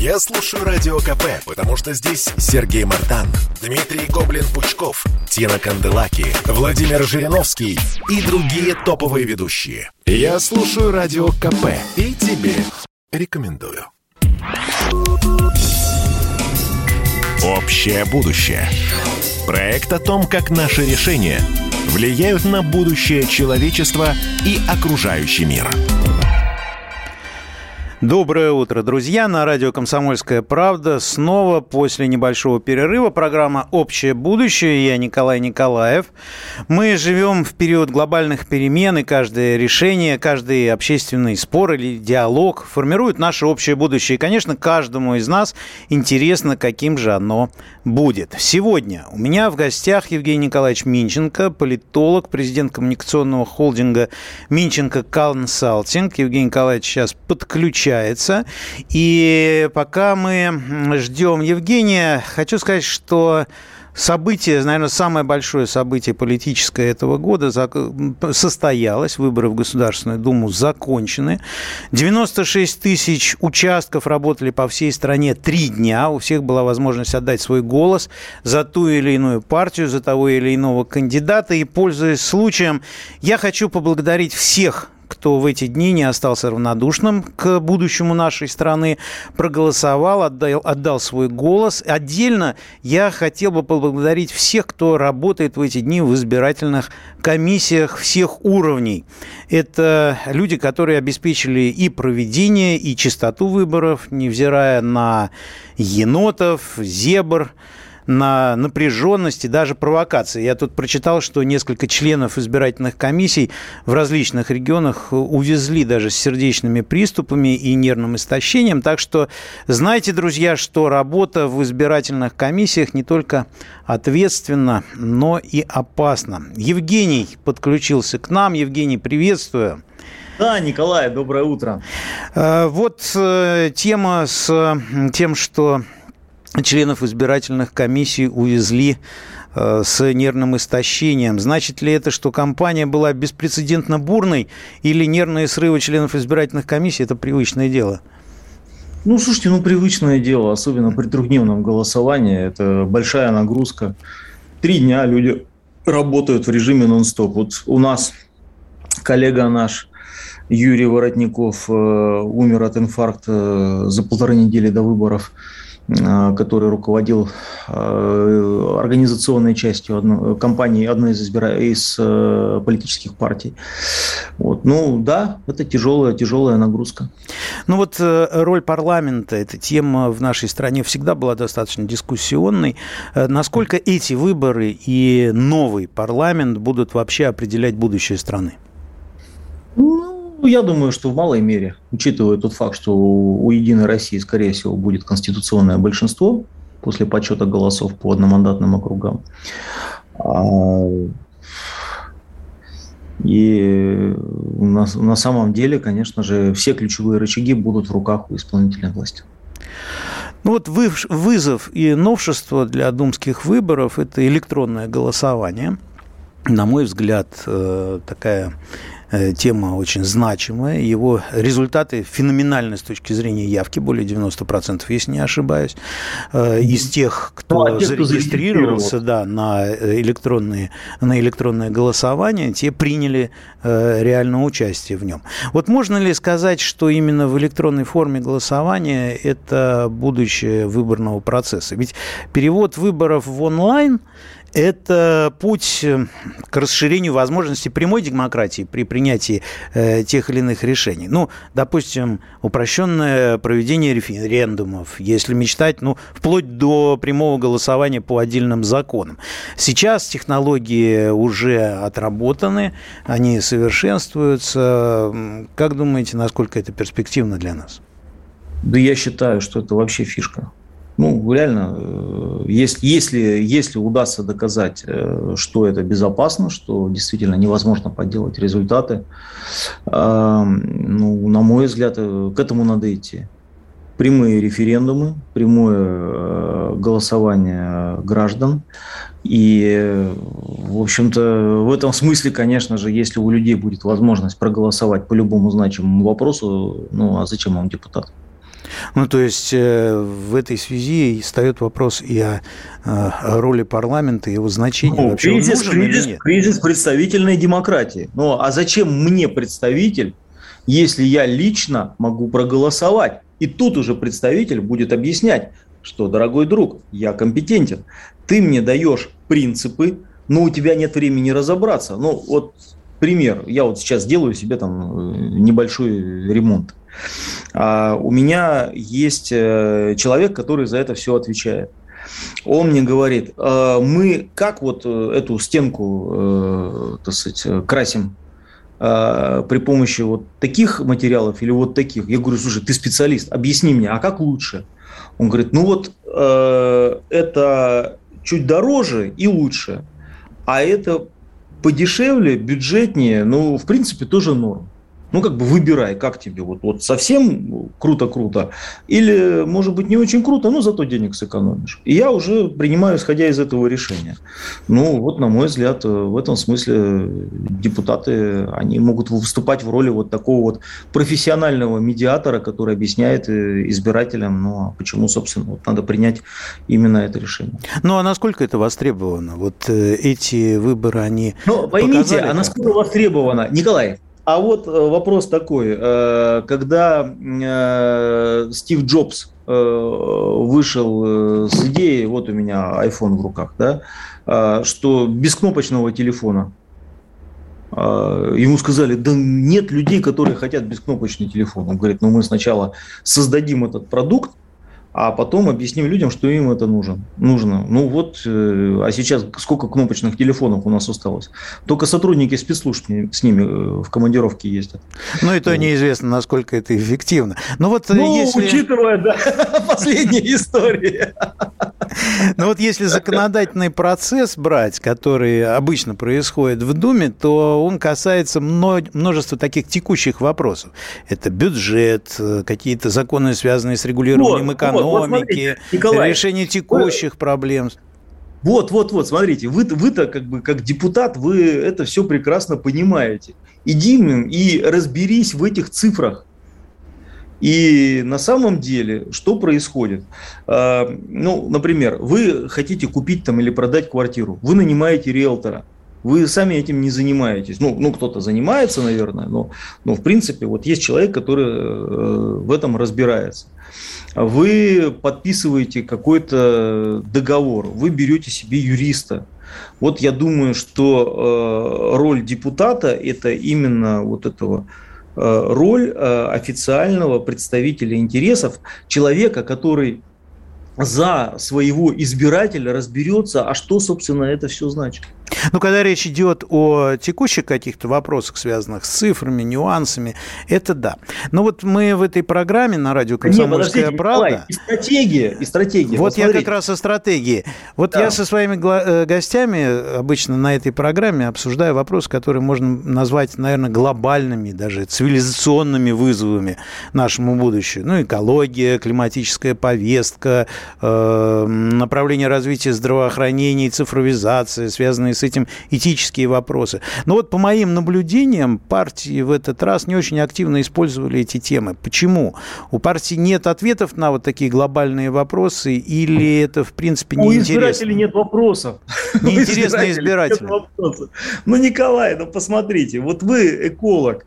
Я слушаю Радио КП, потому что здесь Сергей Мартан, Дмитрий Гоблин-Пучков, Тина Канделаки, Владимир Жириновский и другие топовые ведущие. Я слушаю Радио КП и тебе рекомендую. Общее будущее. Проект о том, как наши решения влияют на будущее человечества и окружающий мир. Доброе утро, друзья. На радио «Комсомольская правда» снова после небольшого перерыва программа «Общее будущее». Я Николай Николаев. Мы живем в период глобальных перемен, и каждое решение, каждый общественный спор или диалог формирует наше общее будущее. И, конечно, каждому из нас интересно, каким же оно будет. Сегодня у меня в гостях Евгений Николаевич Минченко, политолог, президент коммуникационного холдинга «Минченко Консалтинг». Евгений Николаевич сейчас подключается. И пока мы ждем Евгения, хочу сказать, что событие, наверное, самое большое событие политическое этого года состоялось. Выборы в Государственную Думу закончены. 96 тысяч участков работали по всей стране 3 дня. У всех была возможность отдать свой голос за ту или иную партию, за того или иного кандидата. И, пользуясь случаем, я хочу поблагодарить всех, кто в эти дни не остался равнодушным к будущему нашей страны, проголосовал, отдал свой голос. Отдельно я хотел бы поблагодарить всех, кто работает в эти дни в избирательных комиссиях всех уровней. Это люди, которые обеспечили и проведение, и чистоту выборов, невзирая на енотов, зебр, на напряженность и даже провокации. Я тут прочитал, что несколько членов избирательных комиссий в различных регионах увезли даже с сердечными приступами и нервным истощением. Так что знайте, друзья, что работа в избирательных комиссиях не только ответственна, но и опасна. Евгений подключился к нам. Евгений, приветствую. Да, Николай, доброе утро. Вот тема с тем, что членов избирательных комиссий увезли с нервным истощением. Значит ли это, что кампания была беспрецедентно бурной, или нервные срывы членов избирательных комиссий – это привычное дело? Ну, слушайте, привычное дело, особенно при трехдневном голосовании. Это большая нагрузка. 3 дня люди работают в режиме нон-стоп. Вот у нас коллега наш Юрий Воротников умер от инфаркта за 1,5 недели до выборов, который руководил организационной частью кампании одной из политических партий. Вот. Да, это тяжелая нагрузка. Роль парламента, эта тема в нашей стране всегда была достаточно дискуссионной. Насколько эти выборы и новый парламент будут вообще определять будущее страны? Я думаю, что в малой мере, учитывая тот факт, что у «Единой России», скорее всего, будет конституционное большинство после подсчета голосов по одномандатным округам. И на самом деле, конечно же, все ключевые рычаги будут в руках у исполнительной власти. Вызов и новшество для думских выборов – это электронное голосование. На мой взгляд, такая тема очень значимая. Его результаты феноменальны с точки зрения явки, более 90%, если не ошибаюсь. Из тех, кто зарегистрировался на электронное голосование, те приняли реальное участие в нем. Вот можно ли сказать, что именно в электронной форме голосования это будущее выборного процесса? Ведь перевод выборов в онлайн – это путь к расширению возможностей прямой демократии при принятии тех или иных решений. Допустим, упрощенное проведение референдумов, если мечтать, вплоть до прямого голосования по отдельным законам. Сейчас технологии уже отработаны, они совершенствуются. Как думаете, насколько это перспективно для нас? Да я считаю, что это вообще фишка. Реально, если удастся доказать, что это безопасно, что действительно невозможно подделать результаты, на мой взгляд, к этому надо идти. Прямые референдумы, прямое голосование граждан. И, в общем-то, в этом смысле, конечно же, если у людей будет возможность проголосовать по любому значимому вопросу, а зачем вам депутат? Ну, то есть в этой связи встает вопрос и о роли парламента, и его значении. Ну, вообще кризис представительной демократии. Ну, а зачем мне представитель, если я лично могу проголосовать? И тут уже представитель будет объяснять, что, дорогой друг, я компетентен. Ты мне даешь принципы, но у тебя нет времени разобраться. Ну, вот пример. Я вот сейчас делаю себе там небольшой ремонт. У меня есть человек, который за это все отвечает. Он мне говорит, мы как вот эту стенку, так сказать, красим при помощи вот таких материалов или вот таких? Я говорю, слушай, ты специалист, объясни мне, а как лучше? Он говорит, ну вот это чуть дороже и лучше, а это подешевле, бюджетнее, ну, в принципе, тоже норм. Ну, как бы выбирай, как тебе, вот совсем круто-круто, или, может быть, не очень круто, но зато денег сэкономишь. И я уже принимаю, исходя из этого решения. Ну, вот, на мой взгляд, в этом смысле депутаты, они могут выступать в роли вот такого вот профессионального медиатора, который объясняет избирателям, ну, а почему, собственно, вот надо принять именно это решение. Ну, а насколько это востребовано? Вот эти выборы, они поймите, а насколько востребовано? Николай, а вот вопрос такой, когда Стив Джобс вышел с идеей, вот у меня iPhone в руках, да, что без кнопочного телефона, ему сказали, да нет людей, которые хотят бескнопочный телефон. Он говорит, ну мы сначала создадим этот продукт, а потом объясним людям, что им это нужно. Ну вот, а сейчас сколько кнопочных телефонов у нас осталось? Только сотрудники спецслужб с ними в командировке ездят. Ну и то неизвестно, насколько это эффективно. Но вот учитывая, да, последние истории. Но вот если законодательный процесс брать, который обычно происходит в Думе, то он касается множества таких текущих вопросов. Это бюджет, какие-то законы, связанные с регулированием экономики, смотрите, Николай, решение текущих проблем. Вот, смотрите, вы-то как депутат, вы это все прекрасно понимаете. Иди и разберись в этих цифрах. И на самом деле, что происходит? Ну, например, вы хотите купить там или продать квартиру, вы нанимаете риэлтора, вы сами этим не занимаетесь. Ну кто-то занимается, наверное, но в принципе вот есть человек, который в этом разбирается. Вы подписываете какой-то договор, вы берете себе юриста. Вот я думаю, что роль депутата – это именно вот этого роль официального представителя интересов, человека, который за своего избирателя разберется, а что, собственно, это все значит. Ну, когда речь идет о текущих каких-то вопросах, связанных с цифрами, нюансами, это да. Но вот мы в этой программе на радио «Комсомольская правда». Николай, и стратегия. Вот я как раз о стратегии. Вот да. Я со своими гостями обычно на этой программе обсуждаю вопросы, которые можно назвать, наверное, глобальными, даже цивилизационными вызовами нашему будущему. Ну, экология, климатическая повестка, направление развития здравоохранения, цифровизация, связанные с этим этические вопросы. Но вот по моим наблюдениям, партии в этот раз не очень активно использовали эти темы. Почему? У партии нет ответов на вот такие глобальные вопросы, или это, в принципе, неинтересно? У избирателей нет вопросов. Неинтересно избирателям. Ну, Николай, посмотрите, вот вы эколог,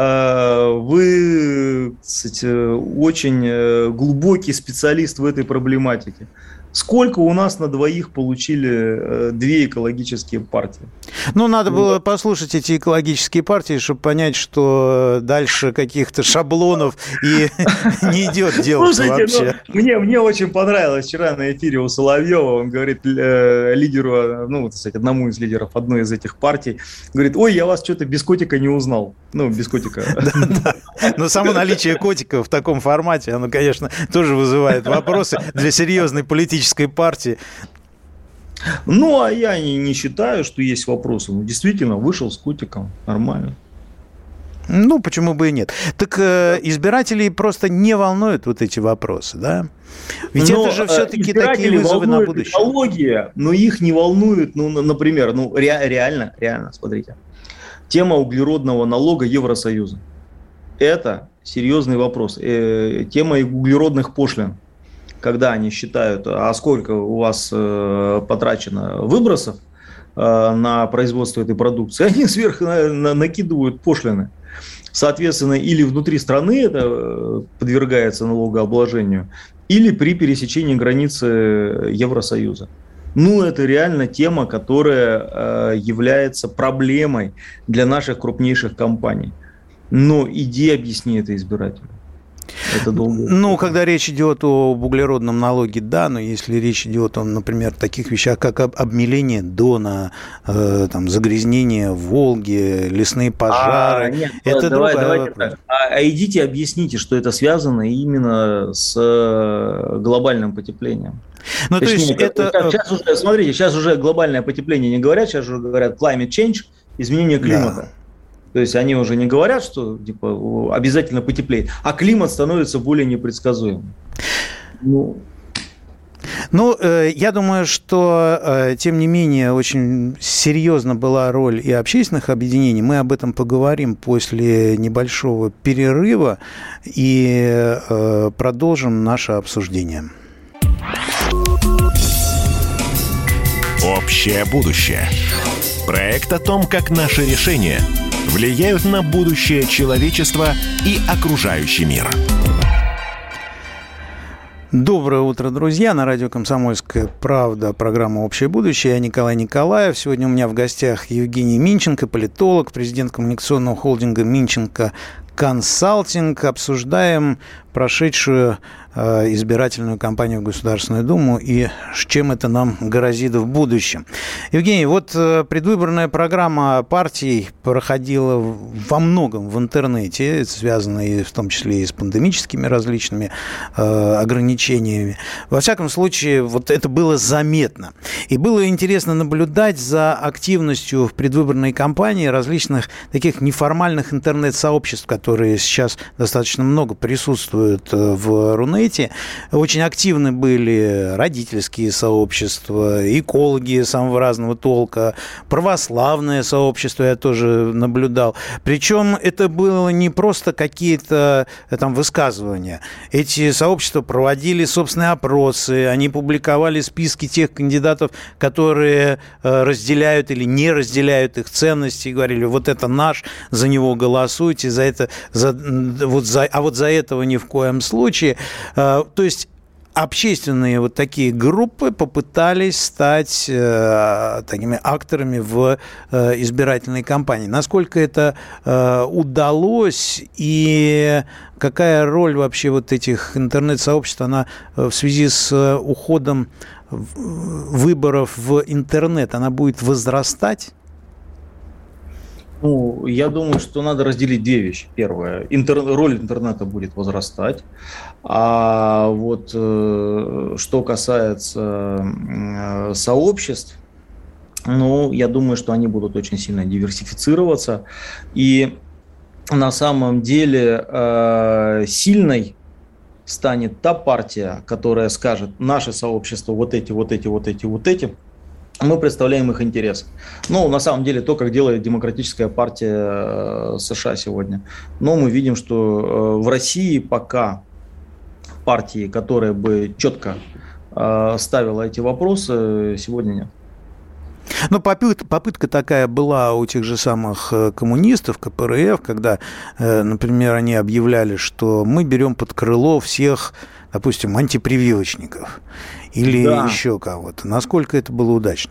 вы, кстати, очень глубокий специалист в этой проблематике. Сколько у нас на двоих получили две экологические партии? Ну, надо было послушать эти экологические партии, чтобы понять, что дальше каких-то шаблонов и не идет дело вообще. Мне очень понравилось вчера на эфире у Соловьева, он говорит лидеру, ну, кстати, одному из лидеров одной из этих партий, говорит, ой, я вас что-то без котика не узнал. Ну, без котика. Да. Но само наличие котика в таком формате, оно, конечно, тоже вызывает вопросы для серьезной политической партии. Ну, а я не считаю, что есть вопросы. Ну, действительно, вышел с котиком. Нормально. Ну, почему бы и нет. Так избирателей просто не волнуют вот эти вопросы, да? Ведь это же все-таки такие вызовы на будущее. Экология, но их не волнует, ну, например, реально, смотрите. Тема углеродного налога Евросоюза. Это серьезный вопрос. Тема углеродных пошлин. Когда они считают, а сколько у вас потрачено выбросов на производство этой продукции, они сверху накидывают пошлины. Соответственно, или внутри страны это подвергается налогообложению, или при пересечении границы Евросоюза. Ну, это реально тема, которая является проблемой для наших крупнейших компаний. Но иди объясни это избирателю. Это долго. Ну, когда речь идет об углеродном налоге, да, но если речь идет о, например, таких вещах, как обмеление Дона, там, загрязнение Волги, лесные пожары, нет, это давайте так. Идите объясните, что это связано именно с глобальным потеплением. Ну, Точнее, то есть это... Сейчас уже, смотрите, сейчас уже глобальное потепление не говорят, сейчас уже говорят climate change, изменение климата. Да. То есть они уже не говорят, что типа, обязательно потеплеет, а климат становится более непредсказуемым. Я думаю, что, тем не менее, очень серьезна была роль и общественных объединений. Мы об этом поговорим после небольшого перерыва и продолжим наше обсуждение. Общее будущее. Проект о том, как наши решения влияют на будущее человечества и окружающий мир. Доброе утро, друзья. На радио «Комсомольская правда» программа «Общее будущее». Я Николай Николаев. Сегодня у меня в гостях Евгений Минченко, политолог, президент коммуникационного холдинга «Минченко Консалтинг». Обсуждаем прошедшую избирательную кампанию в Государственную Думу и чем это нам грозит в будущем. Евгений, вот предвыборная программа партий проходила во многом в интернете, это связано и в том числе и с пандемическими различными ограничениями. Во всяком случае, вот это было заметно. И было интересно наблюдать за активностью в предвыборной кампании различных таких неформальных интернет-сообществ, которые сейчас достаточно много присутствуют в Рунете. Очень активны были родительские сообщества, экологи самого разного толка, православное сообщество я тоже наблюдал. Причем это было не просто какие-то там высказывания. Эти сообщества проводили собственные опросы, они публиковали списки тех кандидатов, которые разделяют или не разделяют их ценности, и говорили, вот это наш, за него голосуйте, за это, а вот за этого ни в коем случае. То есть общественные вот такие группы попытались стать такими акторами в избирательной кампании. Насколько это удалось и какая роль вообще вот этих интернет-сообществ, она в связи с уходом выборов в интернет, она будет возрастать? Ну, я думаю, что надо разделить две вещи. Первое, роль интернета будет возрастать. А вот что касается сообществ, ну, я думаю, что они будут очень сильно диверсифицироваться. И на самом деле сильной станет та партия, которая скажет, наше сообщество вот эти. Мы представляем их интересы. Ну, на самом деле, то, как делает Демократическая партия США сегодня. Но мы видим, что в России пока партии, которая бы четко ставила эти вопросы, сегодня нет. Ну, попытка такая была у тех же самых коммунистов, КПРФ, когда, например, они объявляли, что мы берем под крыло всех, допустим, антипрививочников или еще кого-то. Насколько это было удачно?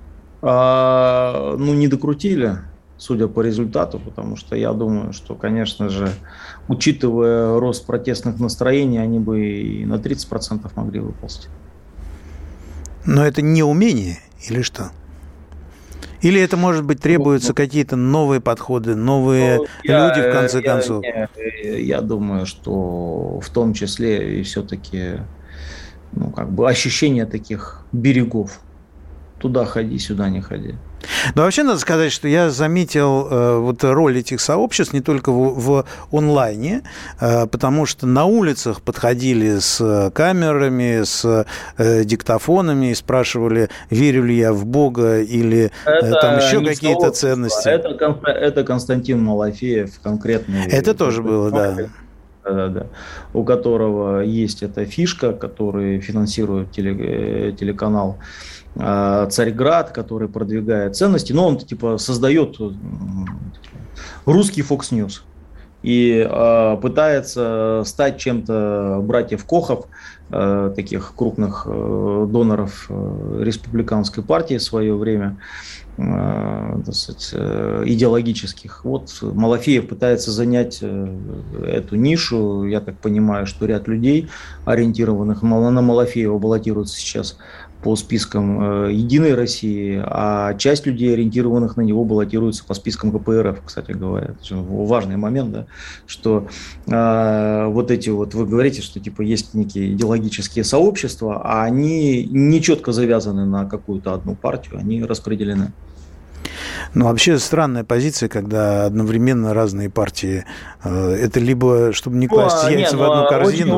Ну, не докрутили, судя по результату, потому что я думаю, что, конечно же, учитывая рост протестных настроений, они бы и на 30% могли выползти. Но это не умение или что? Или это, может быть, требуются какие-то новые подходы, новые люди, в конце концов? Я думаю, что в том числе и все-таки ощущение таких берегов. Туда ходи, сюда не ходи. Но вообще надо сказать, что я заметил вот роль этих сообществ не только в онлайне, потому что на улицах подходили с камерами, с диктофонами и спрашивали, верю ли я в Бога или там еще какие-то ценности. Это Константин Малафеев конкретно. Это тоже было, да. Да. У которого есть эта фишка, который финансирует телеканал «Царьград», который продвигает ценности, но он типа создает русский Fox News и пытается стать чем-то братьев Кохов, таких крупных доноров республиканской партии в свое время, идеологических. Вот Малафеев пытается занять эту нишу. Я так понимаю, что ряд людей, ориентированных на Малафеева, баллотируются сейчас по спискам «Единой России», а часть людей, ориентированных на него, баллотируются по спискам КПРФ, кстати говоря. Это важный момент, да, что вот эти вот, вы говорите, что типа есть некие идеологические сообщества, а они не четко завязаны на какую-то одну партию, они распределены. Ну, вообще странная позиция, когда одновременно разные партии. Это либо, чтобы не класть яйца в одну корзину.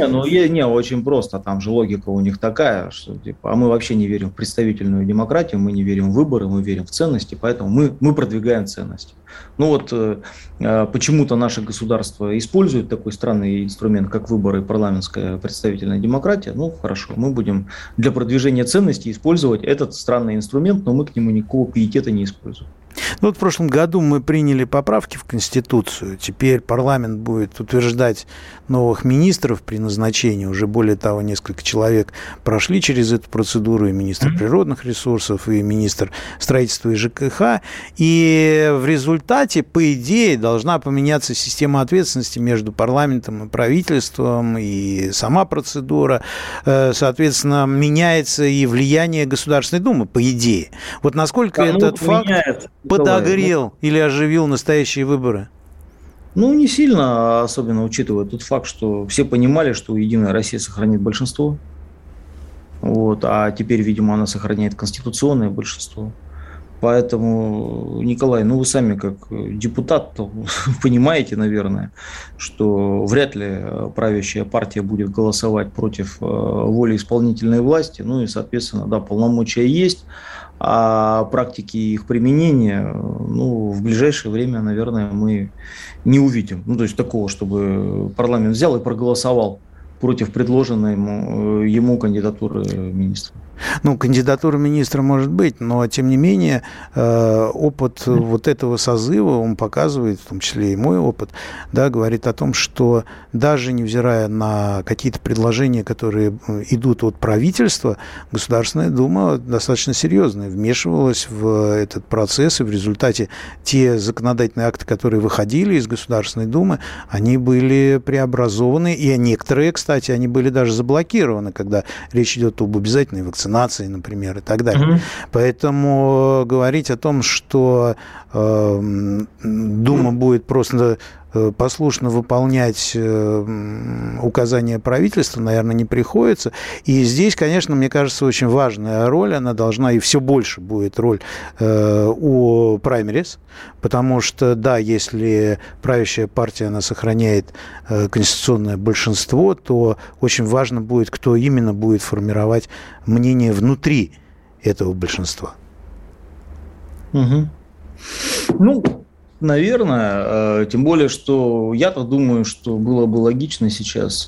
Очень просто. Там же логика у них такая, что типа, а мы вообще не верим в представительную демократию, мы не верим в выборы, мы верим в ценности, поэтому мы продвигаем ценности. Ну вот почему-то наше государство использует такой странный инструмент, как выборы и парламентская представительная демократия. Ну, хорошо, мы будем для продвижения ценностей использовать этот странный инструмент, но мы к нему никакого пиетета не используем. Ну, вот в прошлом году мы приняли поправки в Конституцию. Теперь парламент будет утверждать новых министров при назначении. Уже более того, несколько человек прошли через эту процедуру. И министр природных ресурсов, и министр строительства и ЖКХ. И в результате, по идее, должна поменяться система ответственности между парламентом и правительством, и сама процедура. Соответственно, меняется и влияние Государственной Думы, по идее. Вот насколько этот факт подогрел или оживил настоящие выборы? Ну, не сильно, особенно учитывая тот факт, что все понимали, что «Единая Россия» сохранит большинство. Вот, а теперь, видимо, она сохраняет конституционное большинство. Поэтому, Николай, ну вы сами как депутат понимаете, наверное, что вряд ли правящая партия будет голосовать против воли исполнительной власти. Ну и, соответственно, да, полномочия есть. А практики их применения, ну, в ближайшее время, наверное, мы не увидим. Ну, то есть такого, чтобы парламент взял и проголосовал против предложенной ему кандидатуры министра. Ну, кандидатура министра может быть, но, тем не менее, опыт вот этого созыва, он показывает, в том числе и мой опыт, да, говорит о том, что даже невзирая на какие-то предложения, которые идут от правительства, Государственная Дума достаточно серьезно вмешивалась в этот процесс, и в результате те законодательные акты, которые выходили из Государственной Думы, они были преобразованы, и некоторые, кстати, они были даже заблокированы, когда речь идет об обязательной вакцинации, например, и так далее. Поэтому говорить о том, что Дума будет просто послушно выполнять указания правительства, наверное, не приходится. И здесь, конечно, мне кажется, очень важная роль, она должна, и все больше будет роль у праймериз, потому что, да, если правящая партия, она сохраняет конституционное большинство, то очень важно будет, кто именно будет формировать мнение внутри этого большинства. Ну, наверное, тем более, что я-то думаю, что было бы логично сейчас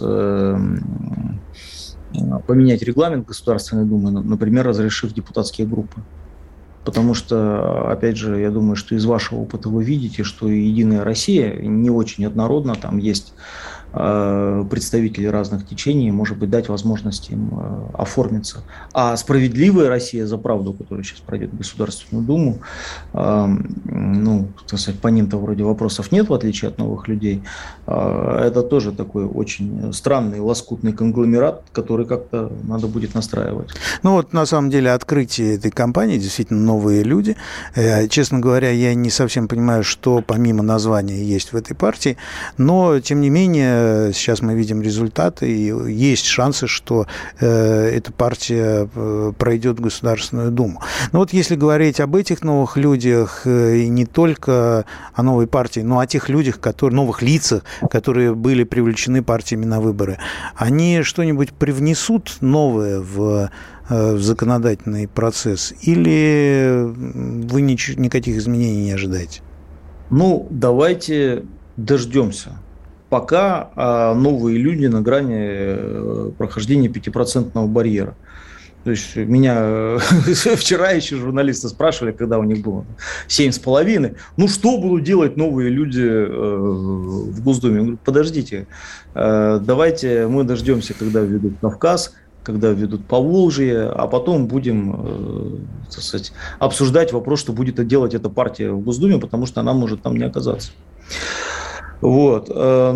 поменять регламент Государственной Думы, например, разрешив депутатские группы. Потому что, опять же, я думаю, что из вашего опыта вы видите, что «Единая Россия» не очень однородна, там есть представители разных течений, может быть, дать возможность им оформиться. А «Справедливая Россия за правду», которая сейчас пройдет в Государственную Думу, ну, так сказать, по ним-то вроде вопросов нет, в отличие от новых людей, это тоже такой очень странный, лоскутный конгломерат, который как-то надо будет настраивать. Ну вот, на самом деле, открытие этой кампании, действительно, новые люди. Честно говоря, я не совсем понимаю, что помимо названия есть в этой партии, но, тем не менее, сейчас мы видим результаты, и есть шансы, что эта партия пройдет в Государственную Думу. Но вот если говорить об этих новых людях, и не только о новой партии, но о тех людях, новых лицах, которые были привлечены партиями на выборы, они что-нибудь привнесут новое в законодательный процесс, или вы никаких изменений не ожидаете? Ну, давайте дождемся, пока новые люди на грани прохождения 5% барьера. То есть меня вчера еще журналисты спрашивали, когда у них было 7,5. Ну, что будут делать новые люди в Госдуме? Я говорю, подождите, давайте мы дождемся, когда введут Кавказ, когда введут Поволжье, а потом будем, так сказать, обсуждать вопрос, что будет делать эта партия в Госдуме, потому что она может там не оказаться. Вот.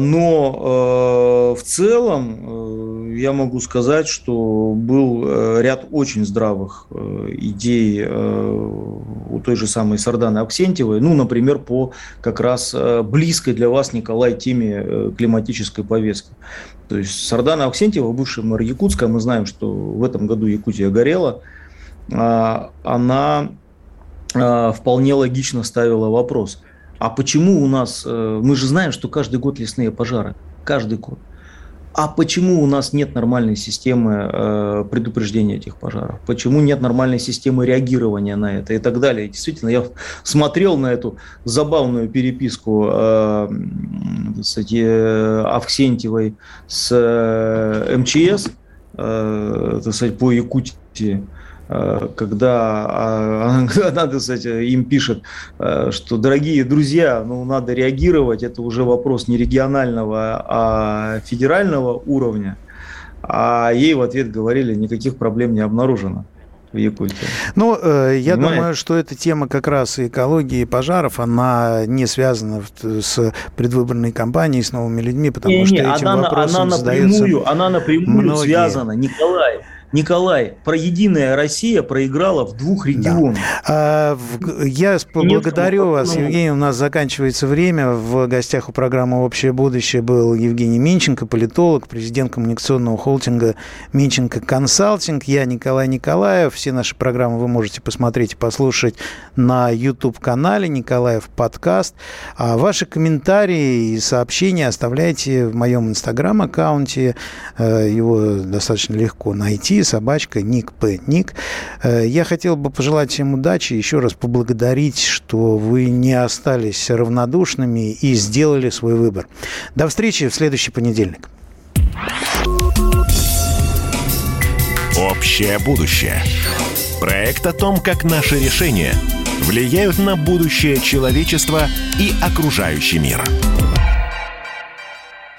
Но в целом я могу сказать, что был ряд очень здравых идей у той же самой Сарданы Авксентьевой, ну, например, по как раз близкой для вас, Николай, теме климатической повестки. То есть Сардана Авксентьева, бывший мэр Якутска, мы знаем, что в этом году Якутия горела, она вполне логично ставила вопрос: а почему у нас, мы же знаем, что каждый год лесные пожары, каждый год. А почему у нас нет нормальной системы предупреждения этих пожаров? Почему нет нормальной системы реагирования на это и так далее? И действительно, я смотрел на эту забавную переписку Авксентьевой с МЧС, так сказать, по Якутии, когда она, кстати, им пишет, что, дорогие друзья, ну, надо реагировать, это уже вопрос не регионального, а федерального уровня, а ей в ответ говорили, никаких проблем не обнаружено в Якутии. Ну, я думаю, что эта тема как раз и экологии, и пожаров, она не связана с предвыборной кампанией, с новыми людьми, потому что этим вопросом задаются многие. Она напрямую связана, Николай, про «Единая Россия» проиграла в 2 регионах. Да. Я благодарю вас, Евгений. У нас заканчивается время. В гостях у программы «Общее будущее» был Евгений Минченко, политолог, президент коммуникационного холдинга «Минченко Консалтинг». Я Николай Николаев. Все наши программы вы можете посмотреть и послушать на YouTube-канале «Николаев подкаст». А ваши комментарии и сообщения оставляйте в моем Инстаграм-аккаунте. Его достаточно легко найти. Собачка Ник П. Ник. Я хотел бы пожелать всем удачи, еще раз поблагодарить, что вы не остались равнодушными и сделали свой выбор. До встречи в следующий понедельник. Общее будущее. Проект о том, как наши решения влияют на будущее человечества и окружающий мир.